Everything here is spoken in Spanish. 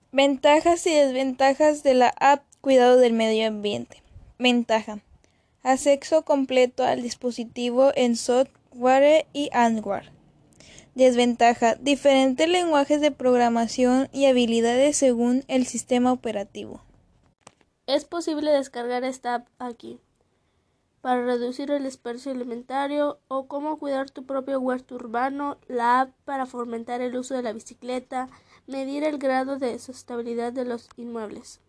Ventajas y desventajas de la app Cuidado del Medio Ambiente. Ventaja: acceso completo al dispositivo en software y hardware. Desventaja: diferentes lenguajes de programación y habilidades según el sistema operativo. Es posible descargar esta app aquí para reducir el desperdicio alimentario o cómo cuidar tu propio huerto urbano, la app para fomentar el uso de la bicicleta, medir el grado de sostenibilidad de los inmuebles.